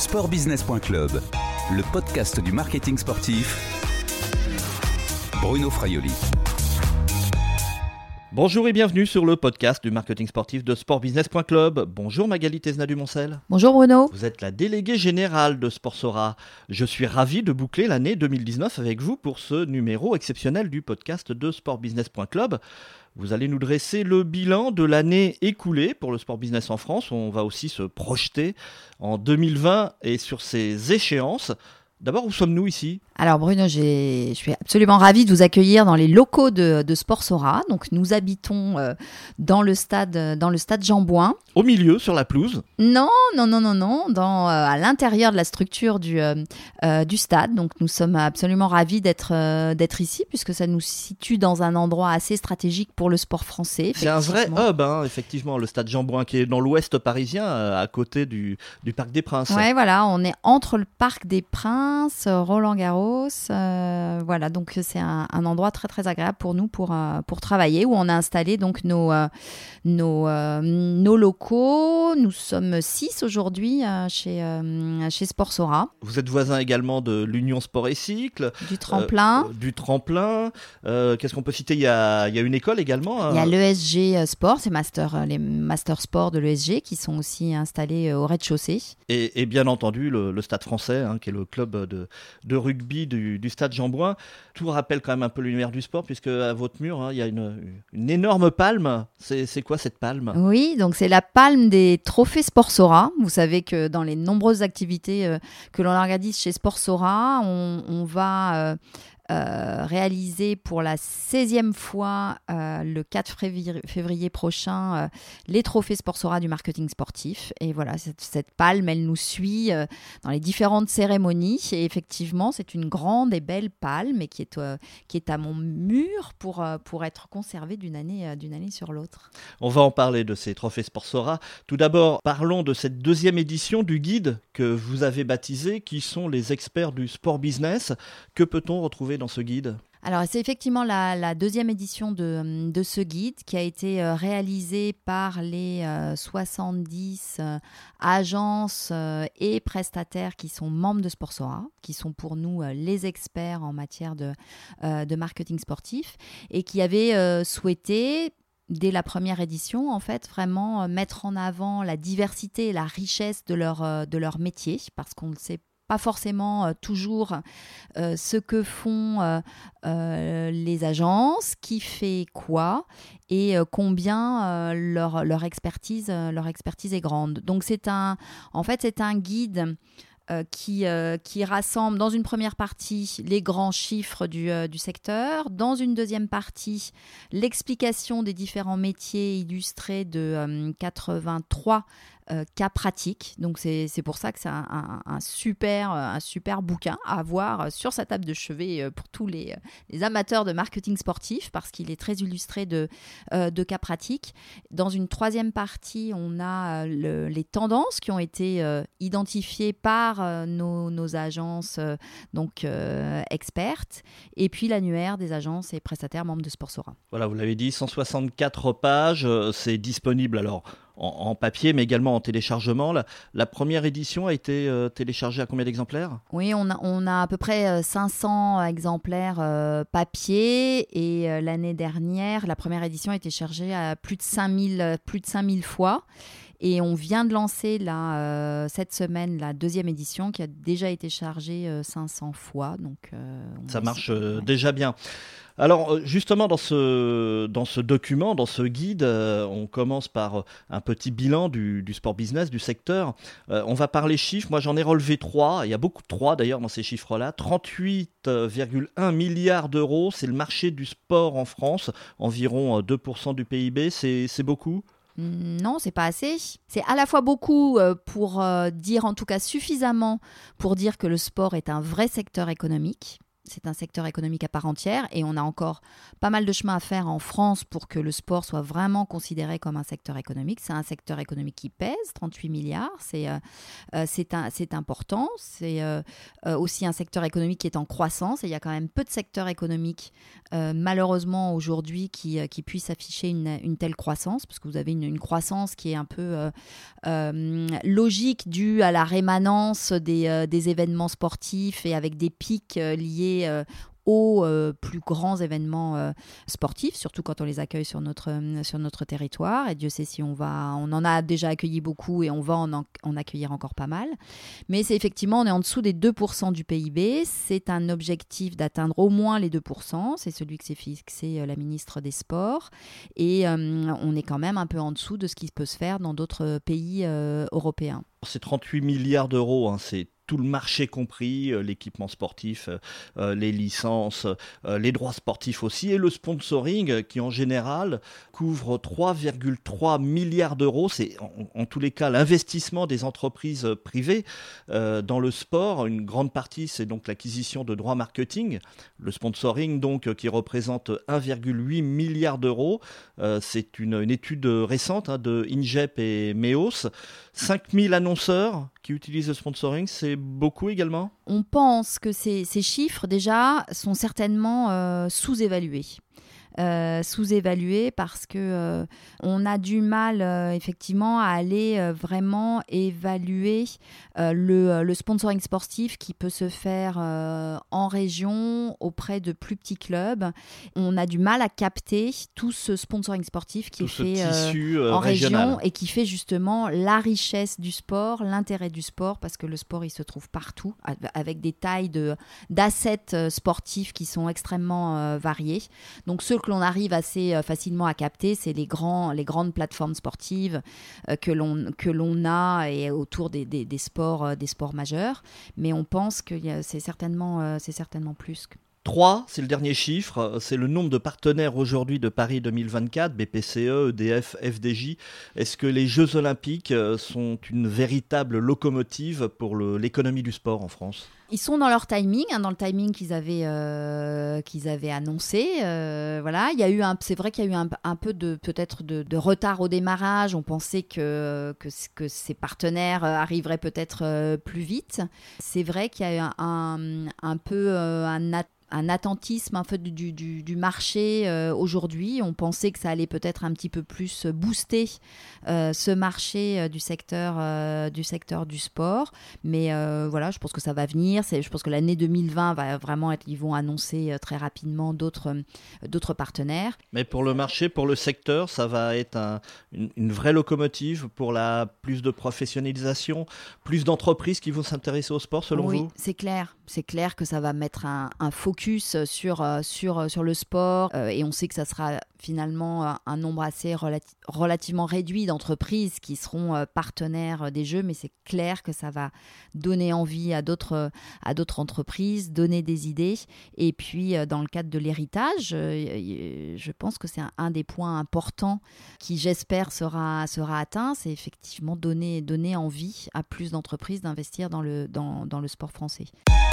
Sportbusiness.club, le podcast du marketing sportif. Bruno Fraioli. Bonjour et bienvenue sur le podcast du marketing sportif de Sportbusiness.club. Bonjour Magali Tesna du Moncel. Bonjour Bruno. Vous êtes la déléguée générale de Sportsora. Je suis ravi de boucler l'année 2019 avec vous pour ce numéro exceptionnel du podcast de Sportbusiness.club. Vous allez nous dresser le bilan de l'année écoulée pour le sport business en France. On va aussi se projeter en 2020 et sur ses échéances. D'abord, où sommes-nous ici ? Alors Bruno, je suis absolument ravie de vous accueillir dans les locaux de Sportsora. Donc nous habitons dans le stade Jean Bouin. Au milieu, sur la pelouse ? Non, à l'intérieur de la structure du stade. Donc nous sommes absolument ravis d'être ici puisque ça nous situe dans un endroit assez stratégique pour le sport français. C'est un vrai hub, effectivement, le stade Jean Bouin qui est dans l'ouest parisien, à côté du Parc des Princes. Ouais, voilà, on est entre le Parc des Princes, Roland-Garros. Voilà, donc c'est un endroit très très agréable pour nous pour travailler où on a installé donc nos locaux. Nous sommes 6 aujourd'hui chez Sportsora. Vous êtes voisin également de l'Union Sport et Cycle. Du tremplin. Qu'est-ce qu'on peut citer ? Il y a une école également. Il y a l'ESG Sport, c'est les Master Sport de l'ESG qui sont aussi installés au rez-de-chaussée. Et bien entendu le Stade Français, qui est le club de rugby du Stade Jean Bouin. Tout rappelle quand même un peu l'univers du sport puisque à votre mur, il y a une énorme palme. C'est quoi cette palme ? Oui, donc c'est la palme des trophées Sportsora. Vous savez que dans les nombreuses activités que l'on organise chez Sportsora, on va réaliser pour la 16e fois le 4 février prochain les trophées Sportsora du marketing sportif. Et voilà, cette palme, elle nous suit dans les différentes cérémonies. Et effectivement, c'est une grande et belle palme et qui est à mon mur pour être conservée d'une année sur l'autre. On va en parler de ces trophées Sportsora. Tout d'abord, parlons de cette 2e édition du guide que vous avez baptisé, qui sont les experts du sport business. Que peut-on retrouver dans ce guide ? Alors, c'est effectivement la 2e édition de ce guide qui a été réalisé par les 70 agences et prestataires qui sont membres de Sportsora, qui sont pour nous les experts en matière de marketing sportif et qui avaient souhaité, dès la première édition, en fait, vraiment mettre en avant la diversité et la richesse de leur métier, parce qu'on ne sait pas forcément toujours ce que font les agences, qui fait quoi et combien leur expertise est grande. Donc c'est un guide qui rassemble dans une première partie les grands chiffres du secteur, dans une deuxième partie l'explication des différents métiers illustrés de 83 cas pratiques. Donc c'est pour ça que c'est un super bouquin à avoir sur sa table de chevet pour tous les amateurs de marketing sportif, parce qu'il est très illustré de cas pratiques. Dans une troisième partie, on a les tendances qui ont été identifiées par nos agences expertes, et puis l'annuaire des agences et prestataires membres de Sportsora. Voilà, vous l'avez dit, 164 pages, c'est disponible alors en papier, mais également en téléchargement. La première édition a été téléchargée à combien d'exemplaires ? Oui, on a à peu près 500 exemplaires papier, et l'année dernière, la première édition a été chargée à plus de 5000 fois. Et on vient de lancer cette semaine la 2e édition qui a déjà été chargée 500 fois. Donc, ça marche déjà bien. Alors justement dans ce document, dans ce guide, on commence par un petit bilan du sport business, du secteur. On va parler chiffres, moi j'en ai relevé 3, il y a beaucoup de 3 d'ailleurs dans ces chiffres-là. 38,1 milliards d'euros, c'est le marché du sport en France, environ 2% du PIB, c'est beaucoup ? Non, c'est pas assez. C'est à la fois beaucoup pour dire, en tout cas suffisamment, pour dire que le sport est un vrai secteur économique. C'est un secteur économique à part entière et on a encore pas mal de chemin à faire en France pour que le sport soit vraiment considéré comme un secteur économique. C'est un secteur économique qui pèse 38 milliards, c'est important. C'est aussi un secteur économique qui est en croissance et il y a quand même peu de secteurs économiques malheureusement aujourd'hui qui puissent afficher une telle croissance, parce que vous avez une croissance qui est un peu logique due à la rémanence des événements sportifs et avec des pics liés aux plus grands événements sportifs, surtout quand on les accueille sur notre territoire. Et Dieu sait si on en a déjà accueilli beaucoup et on va en accueillir encore pas mal. Mais c'est effectivement, on est en dessous des 2% du PIB. C'est un objectif d'atteindre au moins les 2%. C'est celui que s'est fixé la ministre des Sports. Et on est quand même un peu en dessous de ce qui peut se faire dans d'autres pays européens. C'est 38 milliards d'euros, c'est tout le marché compris, l'équipement sportif, les licences, les droits sportifs aussi, et le sponsoring qui en général couvre 3,3 milliards d'euros. C'est en tous les cas l'investissement des entreprises privées dans le sport. Une grande partie, c'est donc l'acquisition de droits marketing. Le sponsoring donc qui représente 1,8 milliard d'euros. C'est une étude récente de INGEP et MEOS. 5000 annonceurs qui utilisent le sponsoring, c'est beaucoup également ? On pense que ces chiffres, déjà, sont certainement sous-évalués. Sous-évalué parce que on a du mal effectivement à aller vraiment évaluer le sponsoring sportif qui peut se faire en région auprès de plus petits clubs. On a du mal à capter tout ce sponsoring sportif qui est fait en région et qui fait justement la richesse du sport, l'intérêt du sport, parce que le sport il se trouve partout avec des tailles d'assets sportifs qui sont extrêmement variées. Donc ceux que l'on arrive assez facilement à capter, c'est les grandes plateformes sportives que l'on a et autour des sports majeurs. Mais on pense que c'est certainement plus. 3, c'est le dernier chiffre, c'est le nombre de partenaires aujourd'hui de Paris 2024, BPCE, EDF, FDJ. Est-ce que les Jeux Olympiques sont une véritable locomotive pour l'économie du sport en France ? Ils sont dans leur timing, dans le timing qu'ils avaient annoncé. Voilà, c'est vrai qu'il y a eu un peu peut-être de retard au démarrage. On pensait que ces partenaires arriveraient peut-être plus vite. C'est vrai qu'il y a eu un peu un attentisme un peu du marché aujourd'hui. On pensait que ça allait peut-être un petit peu plus booster ce marché du secteur du sport. Mais voilà, je pense que ça va venir. Je pense que l'année 2020 va vraiment ils vont annoncer très rapidement d'autres partenaires. Mais pour le marché, pour le secteur, ça va être une vraie locomotive pour plus de professionnalisation, plus d'entreprises qui vont s'intéresser au sport selon vous ? Oui, c'est clair. C'est clair que ça va mettre un focus sur le sport et on sait que ça sera finalement un nombre assez relativement réduit d'entreprises qui seront partenaires des Jeux, mais c'est clair que ça va donner envie à d'autres entreprises, donner des idées. Et puis dans le cadre de l'héritage, je pense que c'est un des points importants qui, j'espère, sera atteint, c'est effectivement donner envie à plus d'entreprises d'investir dans le sport français.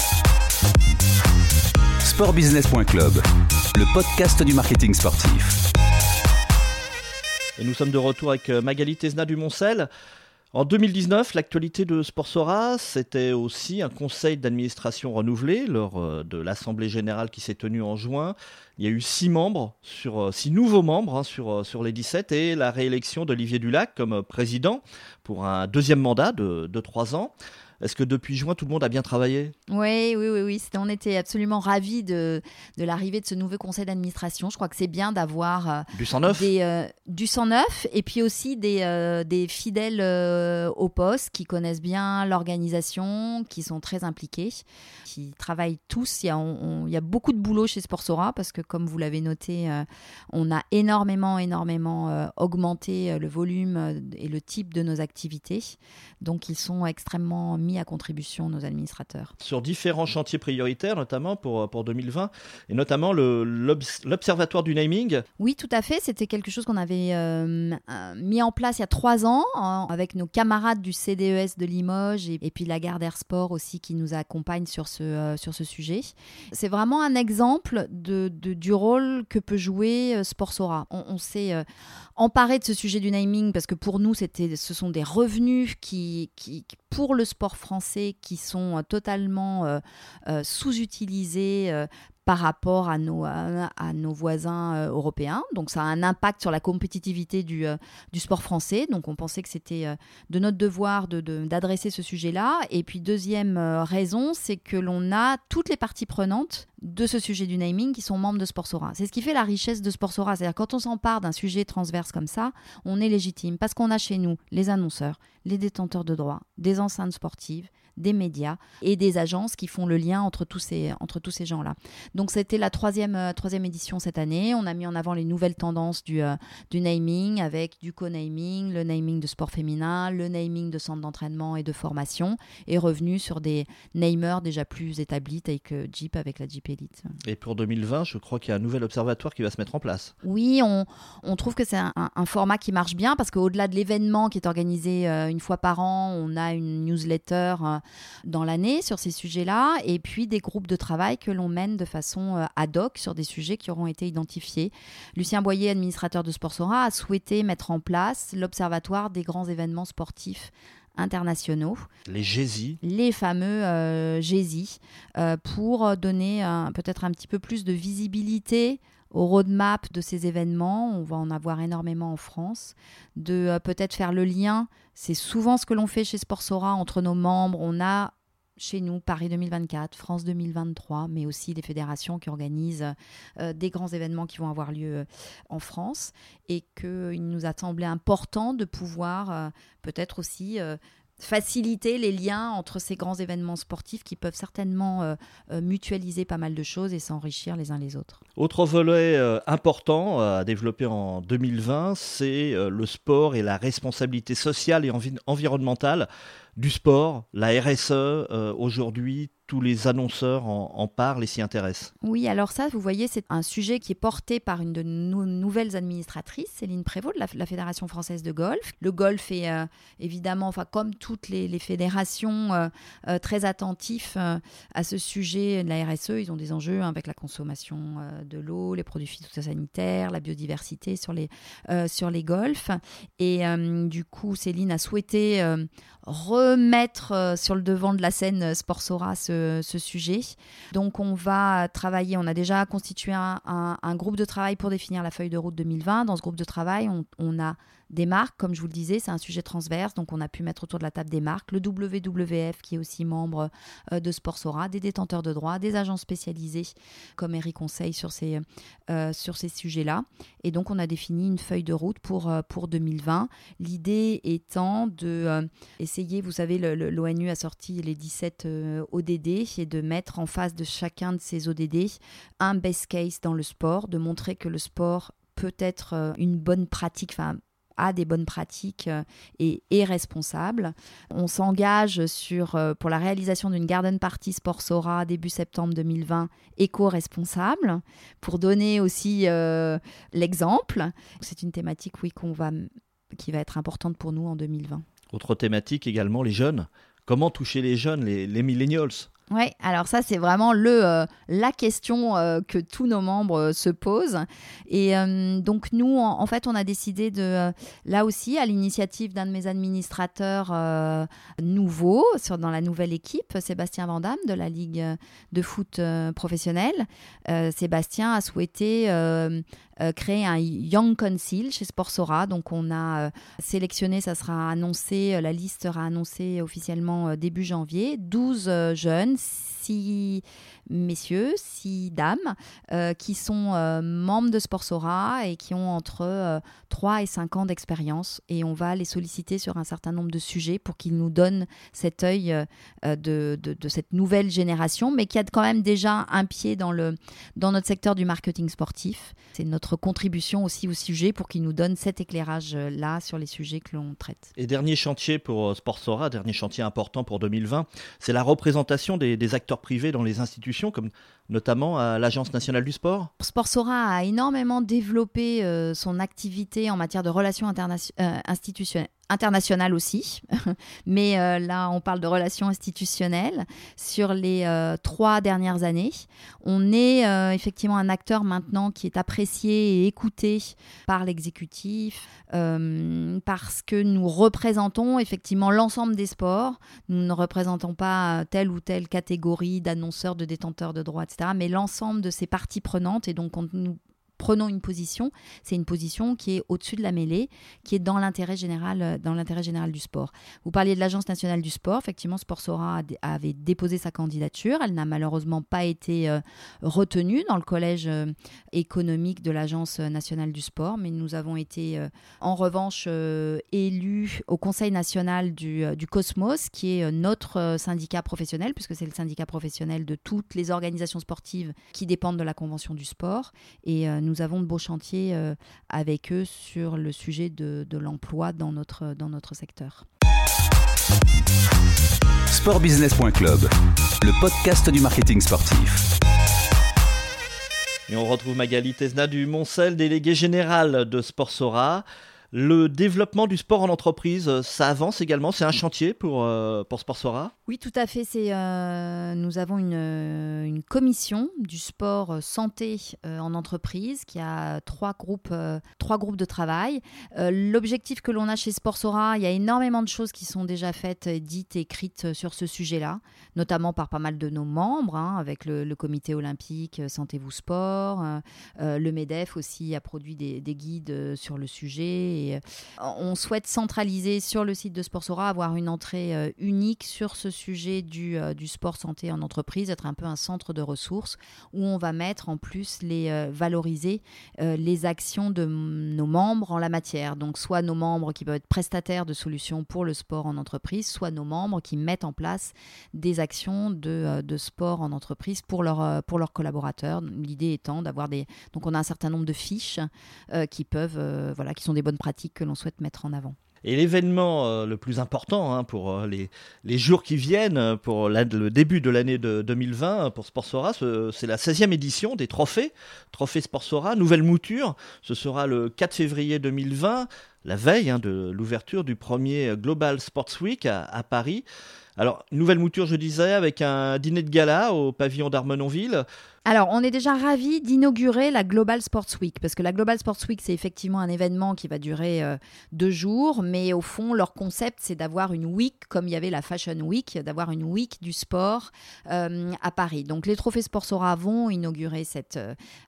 Sportbusiness.club, le podcast du marketing sportif. Et nous sommes de retour avec Magali Tesna du Moncel. En 2019, l'actualité de Sportsora, c'était aussi un conseil d'administration renouvelé lors de l'Assemblée Générale qui s'est tenue en juin. Il y a eu 6 nouveaux membres sur les 17 et la réélection d'Olivier Dulac comme président pour un deuxième mandat de 3 ans. Est-ce que depuis juin, tout le monde a bien travaillé ? Oui. On était absolument ravis de l'arrivée de ce nouveau conseil d'administration. Je crois que c'est bien d'avoir du sang neuf, du sang neuf et puis aussi des fidèles au poste qui connaissent bien l'organisation, qui sont très impliqués, qui travaillent tous. Il y a beaucoup de boulot chez Sportsora parce que, comme vous l'avez noté, on a énormément augmenté le volume et le type de nos activités. Donc, ils sont extrêmement mis à contribution nos administrateurs. Sur différents chantiers prioritaires, notamment pour 2020, et notamment l'Observatoire du naming. Oui, tout à fait. C'était quelque chose qu'on avait mis en place il y a 3 ans avec nos camarades du CDES de Limoges et puis la Gare d'Air Sport aussi qui nous accompagne sur ce sujet. C'est vraiment un exemple du rôle que peut jouer Sportsora. On s'est emparé de ce sujet du naming parce que pour nous, ce sont des revenus qui pour le sport français qui sont totalement sous-utilisés par rapport à nos voisins européens. Donc ça a un impact sur la compétitivité du sport français. Donc on pensait que c'était de notre devoir d'adresser ce sujet-là. Et puis deuxième raison, c'est que l'on a toutes les parties prenantes de ce sujet du naming qui sont membres de Sportsora. C'est ce qui fait la richesse de Sportsora. C'est-à-dire quand on s'empare d'un sujet transverse comme ça, on est légitime parce qu'on a chez nous les annonceurs, les détenteurs de droits, des enceintes sportives, des médias et des agences qui font le lien entre tous ces gens-là. Donc c'était la troisième édition cette année. On a mis en avant les nouvelles tendances du naming avec du co-naming, le naming de sport féminin, le naming de centres d'entraînement et de formation et revenu sur des namers déjà plus établis tels que Jeep avec la Jeep Elite. Et pour 2020, je crois qu'il y a un nouvel observatoire qui va se mettre en place. Oui, on trouve que c'est un format qui marche bien parce qu'au-delà de l'événement qui est organisé une fois par an, on a une newsletter dans l'année sur ces sujets-là et puis des groupes de travail que l'on mène de façon ad hoc sur des sujets qui auront été identifiés. Lucien Boyer, administrateur de Sportsora, a souhaité mettre en place l'observatoire des grands événements sportifs internationaux. Les GESI. Les fameux GESI, pour donner peut-être un petit peu plus de visibilité au roadmap de ces événements. On va en avoir énormément en France. De peut-être faire le lien, c'est souvent ce que l'on fait chez Sportsora entre nos membres. On a chez nous Paris 2024, France 2023, mais aussi des fédérations qui organisent des grands événements qui vont avoir lieu en France et qu'il nous a semblé important de pouvoir peut-être aussi faciliter les liens entre ces grands événements sportifs qui peuvent certainement mutualiser pas mal de choses et s'enrichir les uns les autres. Autre volet important à développer en 2020, c'est le sport et la responsabilité sociale et environnementale du sport, la RSE. Aujourd'hui, tous les annonceurs en parlent et s'y intéressent. Oui, alors ça, vous voyez, c'est un sujet qui est porté par une de nos nouvelles administratrices, Céline Prévost, de la Fédération française de golf. Le golf est évidemment, comme toutes les fédérations, très attentifs à ce sujet de la RSE. Ils ont des enjeux avec la consommation de l'eau, les produits phytosanitaires, la biodiversité sur les golfs. Et du coup, Céline a souhaité remettre sur le devant de la scène Sportsora ce sujet. Donc on va travailler, on a déjà constitué un groupe de travail pour définir la feuille de route 2020. Dans ce groupe de travail, on a des marques, comme je vous le disais, c'est un sujet transverse, donc on a pu mettre autour de la table des marques, le WWF qui est aussi membre de Sportsora, des détenteurs de droits, des agents spécialisés comme Eric Conseil sur ces sujets-là. Et donc on a défini une feuille de route pour 2020. L'idée étant de essayer, vous savez, l'ONU a sorti les 17 ODD et de mettre en face de chacun de ces ODD un best case dans le sport, de montrer que le sport peut être une bonne pratique, a des bonnes pratiques et est responsable. On s'engage pour la réalisation d'une garden party Sportsora début septembre 2020 éco-responsable pour donner aussi l'exemple. C'est une thématique, oui, qui va être importante pour nous en 2020. Autre thématique également, les jeunes. Comment toucher les jeunes, les millennials ? Oui, alors ça, c'est vraiment la question que tous nos membres se posent. Et donc, nous, en fait, on a décidé là aussi, à l'initiative d'un de mes administrateurs nouveaux, dans la nouvelle équipe, Sébastien Vandamme, de la Ligue de foot professionnelle. Sébastien a souhaité créer un Young Council chez Sportsora. Donc, on a sélectionné, ça sera annoncé, la liste sera annoncée officiellement début janvier, 12 jeunes, 6 messieurs, 6 dames qui sont membres de Sportsora et qui ont entre 3 et 5 ans d'expérience. Et on va les solliciter sur un certain nombre de sujets pour qu'ils nous donnent cet œil de cette nouvelle génération, mais qui a quand même déjà un pied dans notre secteur du marketing sportif. C'est notre contribution aussi au sujet pour qu'ils nous donnent cet éclairage-là sur les sujets que l'on traite. Et dernier chantier pour Sportsora, dernier chantier important pour 2020, c'est la représentation des acteurs privés dans les institutions, comme notamment à l'Agence nationale du sport. Sportsora a énormément développé son activité en matière de relations internationales aussi, mais là on parle de relations institutionnelles sur les 3 dernières années. On est effectivement un acteur maintenant qui est apprécié et écouté par l'exécutif parce que nous représentons effectivement l'ensemble des sports. Nous ne représentons pas telle ou telle catégorie d'annonceurs, de détenteurs de droits, etc., mais l'ensemble de ces parties prenantes, et donc nous prenons une position, c'est une position qui est au-dessus de la mêlée, qui est dans l'intérêt général du sport. Vous parliez de l'Agence nationale du sport, effectivement Sportsora avait déposé sa candidature, elle n'a malheureusement pas été retenue dans le collège économique de l'Agence nationale du sport, mais nous avons été en revanche élus au Conseil national du Cosmos, qui est notre syndicat professionnel, puisque c'est le syndicat professionnel de toutes les organisations sportives qui dépendent de la Convention du sport, et nous avons de beaux chantiers avec eux sur le sujet de l'emploi dans notre secteur. Sportbusiness.club, le podcast du marketing sportif. Et on retrouve Magali Tesna du Moncel, déléguée générale de Sportsora. Le développement du sport en entreprise, ça avance également, c'est un chantier pour Sportsora ? Oui, tout à fait. Nous avons une commission du sport santé en entreprise qui a 3 groupes de travail. L'objectif que l'on a chez Sportsora, il y a énormément de choses qui sont déjà faites, dites, écrites sur ce sujet-là, notamment par pas mal de nos membres, avec le comité olympique Sentez-vous Sport. Le MEDEF aussi a produit des guides sur le sujet. Et on souhaite centraliser sur le site de Sportsora, avoir une entrée unique sur ce sujet du sport santé en entreprise, être un peu un centre de ressources où on va mettre en plus valoriser les actions de nos membres en la matière. Donc soit nos membres qui peuvent être prestataires de solutions pour le sport en entreprise, soit nos membres qui mettent en place des actions de sport en entreprise pour leurs collaborateurs. L'idée étant d'avoir donc on a un certain nombre de fiches qui sont des bonnes pratiques que l'on souhaite mettre en avant. Et l'événement le plus important pour les jours qui viennent, pour le début de l'année de 2020 pour Sportsora, c'est la 16e édition des trophées Sportsora, nouvelle mouture. Ce sera le 4 février 2020, la veille de l'ouverture du premier Global Sports Week à Paris. Alors, nouvelle mouture, je disais, avec un dîner de gala au pavillon d'Armenonville. Alors, on est déjà ravis d'inaugurer la Global Sports Week, parce que la Global Sports Week, c'est effectivement un événement qui va durer 2 jours, mais au fond, leur concept, c'est d'avoir une week, comme il y avait la Fashion Week, d'avoir une week du sport à Paris. Donc, les trophées Sportsora vont inaugurer cette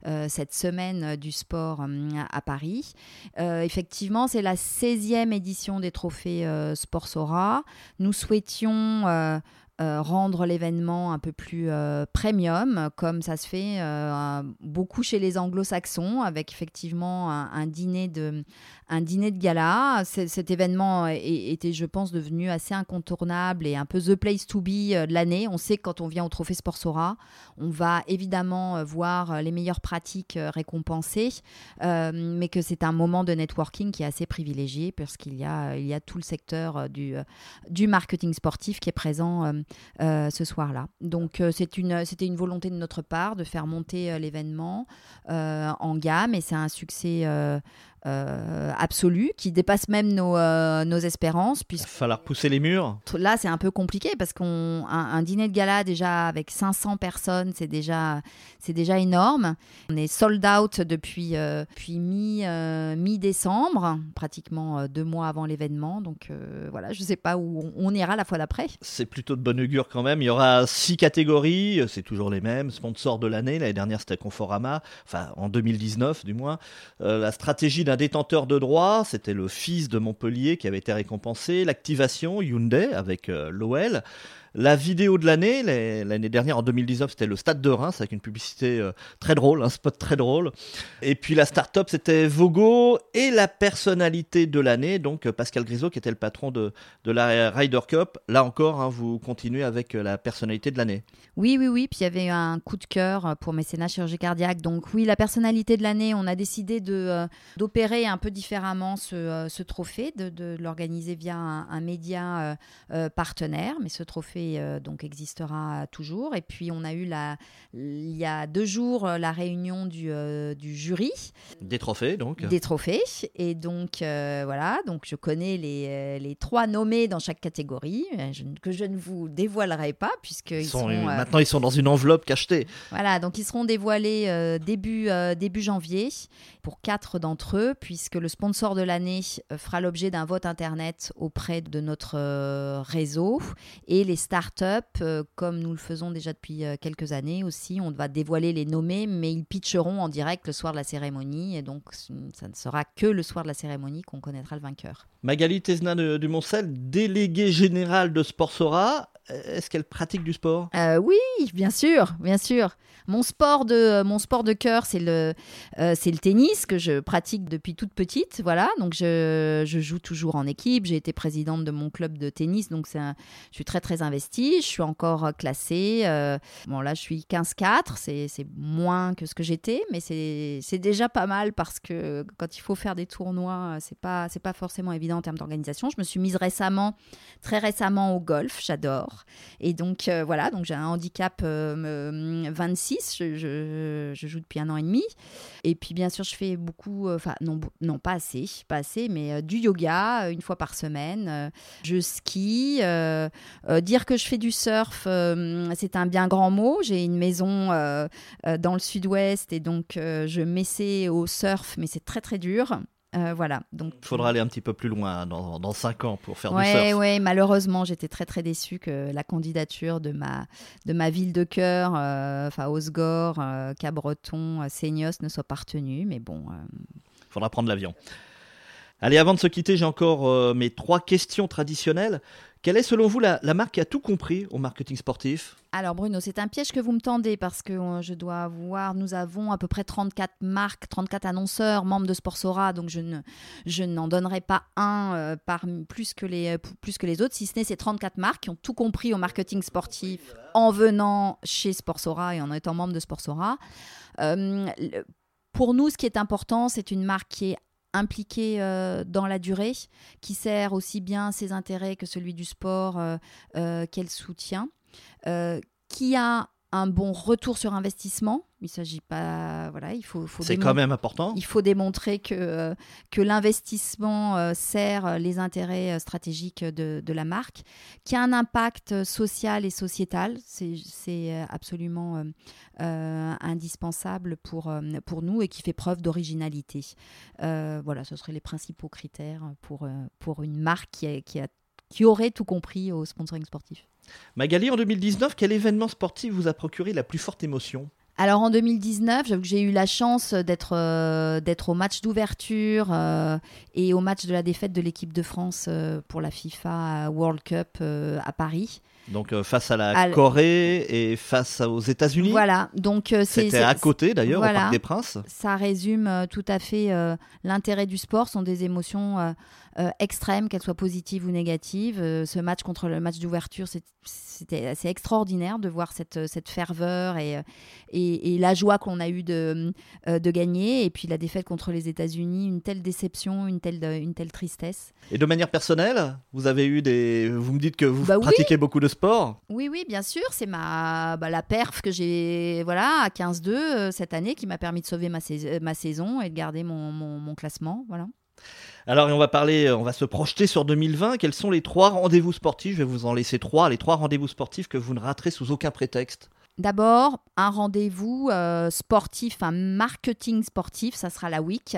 semaine du sport à Paris. Effectivement, c'est la 16e édition des trophées Sportsora. Nous souhaitions rendre l'événement un peu plus premium, comme ça se fait beaucoup chez les anglo-saxons, avec effectivement un dîner de gala. Cet événement était, je pense, devenu assez incontournable et un peu the place to be de l'année. On sait que quand on vient au Trophée Sportsora, on va évidemment voir les meilleures pratiques récompensées, mais que c'est un moment de networking qui est assez privilégié, puisqu'il y a tout le secteur du marketing sportif qui est présent ce soir-là. Donc c'était une volonté de notre part de faire monter l'événement en gamme, et c'est un succès absolu qui dépasse même nos espérances. Il va falloir pousser les murs. Là, c'est un peu compliqué parce qu'un dîner de gala déjà avec 500 personnes, c'est déjà énorme. On est sold out depuis mi-décembre, pratiquement 2 mois avant l'événement. Donc voilà, je ne sais pas où on ira la fois d'après. C'est plutôt de bonne augure quand même. Il y aura 6 catégories, c'est toujours les mêmes. Sponsor de l'année, l'année dernière c'était Conforama, enfin en 2019 du moins. La stratégie d'un détenteur de droits, c'était le fils de Montpellier qui avait été récompensé. L'activation Hyundai avec l'OL. La vidéo de l'année, l'année dernière en 2019, c'était le Stade de Reims avec une publicité très drôle, un spot très drôle. Et puis la start-up, c'était Vogo, et la personnalité de l'année, donc Pascal Grisot qui était le patron de la Ryder Cup. Là encore, vous continuez avec la personnalité de l'année. Oui. Puis il y avait un coup de cœur pour mécénat chirurgie cardiaque. Donc oui, la personnalité de l'année, on a décidé d'opérer un peu différemment ce trophée, de l'organiser via un média partenaire. Mais ce trophée donc existera toujours. Et puis on a eu il y a 2 jours la réunion du jury. Des trophées donc. Des trophées. Et donc voilà, donc je connais les 3 nommés dans chaque catégorie, que je ne vous dévoilerai pas puisqu'ils sont maintenant ils sont dans une enveloppe cachetée. Voilà, donc ils seront dévoilés début janvier pour 4 d'entre eux, puisque le sponsor de l'année fera l'objet d'un vote internet auprès de notre réseau, et les startups, comme nous le faisons déjà depuis quelques années aussi, on va dévoiler les nommés, mais ils pitcheront en direct le soir de la cérémonie, et donc ça ne sera que le soir de la cérémonie qu'on connaîtra le vainqueur. Magali Tesna du Moncel, déléguée générale de Sportsora, est-ce qu'elle pratique du sport ? Oui, bien sûr. Mon sport de cœur, c'est le tennis que je pratique depuis toute petite. Voilà, donc je joue toujours en équipe. J'ai été présidente de mon club de tennis, donc je suis très très investie. Je suis encore classée. Bon là, je suis 15-4, c'est moins que ce que j'étais, mais c'est déjà pas mal parce que quand il faut faire des tournois, c'est pas forcément évident en termes d'organisation. Je me suis mise très récemment au golf. J'adore. Et donc voilà, donc j'ai un handicap 26. Je joue depuis 1 an et demi. Et puis bien sûr, je fais beaucoup, non pas assez, mais du yoga 1 fois par semaine. Je skie. Dire que je fais du surf, c'est un bien grand mot. J'ai une maison dans le sud-ouest et donc je m'essaie au surf, mais c'est très très dur. Voilà, donc il faudra aller un petit peu plus loin dans 5 ans pour faire du surf. Oui, malheureusement, j'étais très très déçue que la candidature de ma ville de cœur, Osgore, Cabreton, Seignos ne soit pas retenue, mais bon. Il faudra prendre l'avion. Allez, avant de se quitter, j'ai encore mes 3 questions traditionnelles. Quelle est selon vous la marque qui a tout compris au marketing sportif ? Alors Bruno, c'est un piège que vous me tendez parce que je dois voir, nous avons à peu près 34 marques, 34 annonceurs, membres de Sportsora, donc je n'en donnerai pas un plus que les autres, si ce n'est ces 34 marques qui ont tout compris au marketing sportif en venant chez Sportsora et en étant membre de Sportsora. Pour nous, ce qui est important, c'est une marque qui est impliquée dans la durée, qui sert aussi bien ses intérêts que celui du sport qu'elle soutient, qui a un bon retour sur investissement. Il s'agit pas, voilà, il faut c'est quand même important. Il faut démontrer que l'investissement sert les intérêts stratégiques de la marque, qui a un impact social et sociétal. C'est absolument indispensable pour nous et qui fait preuve d'originalité. Voilà, ce seraient les principaux critères pour une marque qui aurait tout compris au sponsoring sportif. Magali, en 2019, quel événement sportif vous a procuré la plus forte émotion ? Alors en 2019, j'avoue que j'ai eu la chance d'être au match d'ouverture et au match de la défaite de l'équipe de France pour la FIFA World Cup à Paris. Donc face à la Corée et face aux États-Unis. Voilà, donc c'était à côté d'ailleurs, voilà, au Parc des Princes. Ça résume tout à fait l'intérêt du sport. Ce sont des émotions extrêmes, qu'elles soient positives ou négatives. Ce match contre le match d'ouverture, c'était assez extraordinaire de voir cette ferveur et la joie qu'on a eue de gagner. Et puis la défaite contre les États-Unis, une telle déception, une telle tristesse. Et de manière personnelle, vous avez eu vous me dites que vous pratiquez beaucoup de sport. Oui, bien sûr. C'est la perf que j'ai à 15-2 cette année qui m'a permis de sauver ma saison et de garder mon classement. Voilà. Alors, on va se projeter sur 2020. Quels sont les 3 rendez-vous sportifs ? Je vais vous en laisser 3. Les 3 rendez-vous sportifs que vous ne raterez sous aucun prétexte. D'abord, un rendez-vous sportif, un marketing sportif, ça sera la week.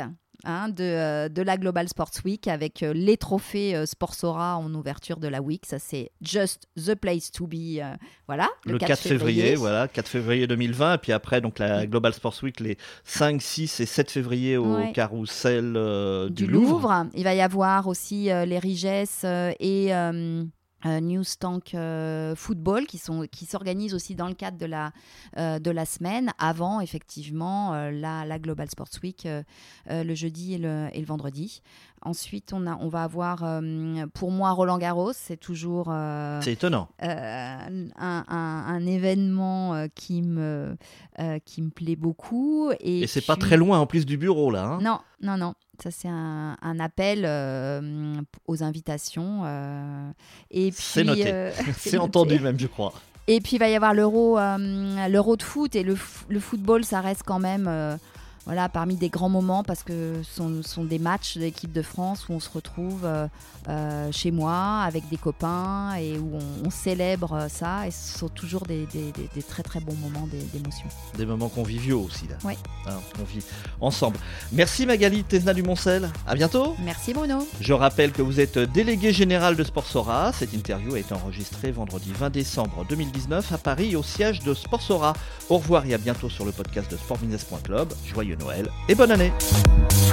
de la Global Sports Week avec les trophées Sportsora en ouverture de la week. Ça, c'est just the place to be. Voilà, le 4 février. Voilà, 4 février 2020. Et puis après, donc, la Global Sports Week, les 5, 6 et 7 février au Carrousel du Louvre. Il va y avoir aussi les Riges et... News Tank Football qui s'organisent aussi dans le cadre de la semaine avant effectivement la Global Sports Week le jeudi et le vendredi. Ensuite, on va avoir, pour moi, Roland-Garros. C'est toujours c'est étonnant. Un événement qui me plaît beaucoup. Et c'est pas très loin en plus du bureau, là. Hein. Non. Ça, c'est un appel aux invitations. Et puis, c'est noté. C'est entendu même, je crois. Et puis, il va y avoir l'Euro de foot. Et le football, ça reste quand même... parmi des grands moments parce que ce sont des matchs de l'équipe de France où on se retrouve chez moi avec des copains et où on célèbre ça, et ce sont toujours des très très bons moments d'émotion. Des moments conviviaux aussi là. Oui. On vit ensemble. Merci Magali Tesna du Moncel. À bientôt. Merci Bruno. Je rappelle que vous êtes délégué général de Sportsora. Cette interview a été enregistrée vendredi 20 décembre 2019 à Paris au siège de Sportsora. Au revoir et à bientôt sur le podcast de sportbusiness.club. Joyeux Noël et bonne année.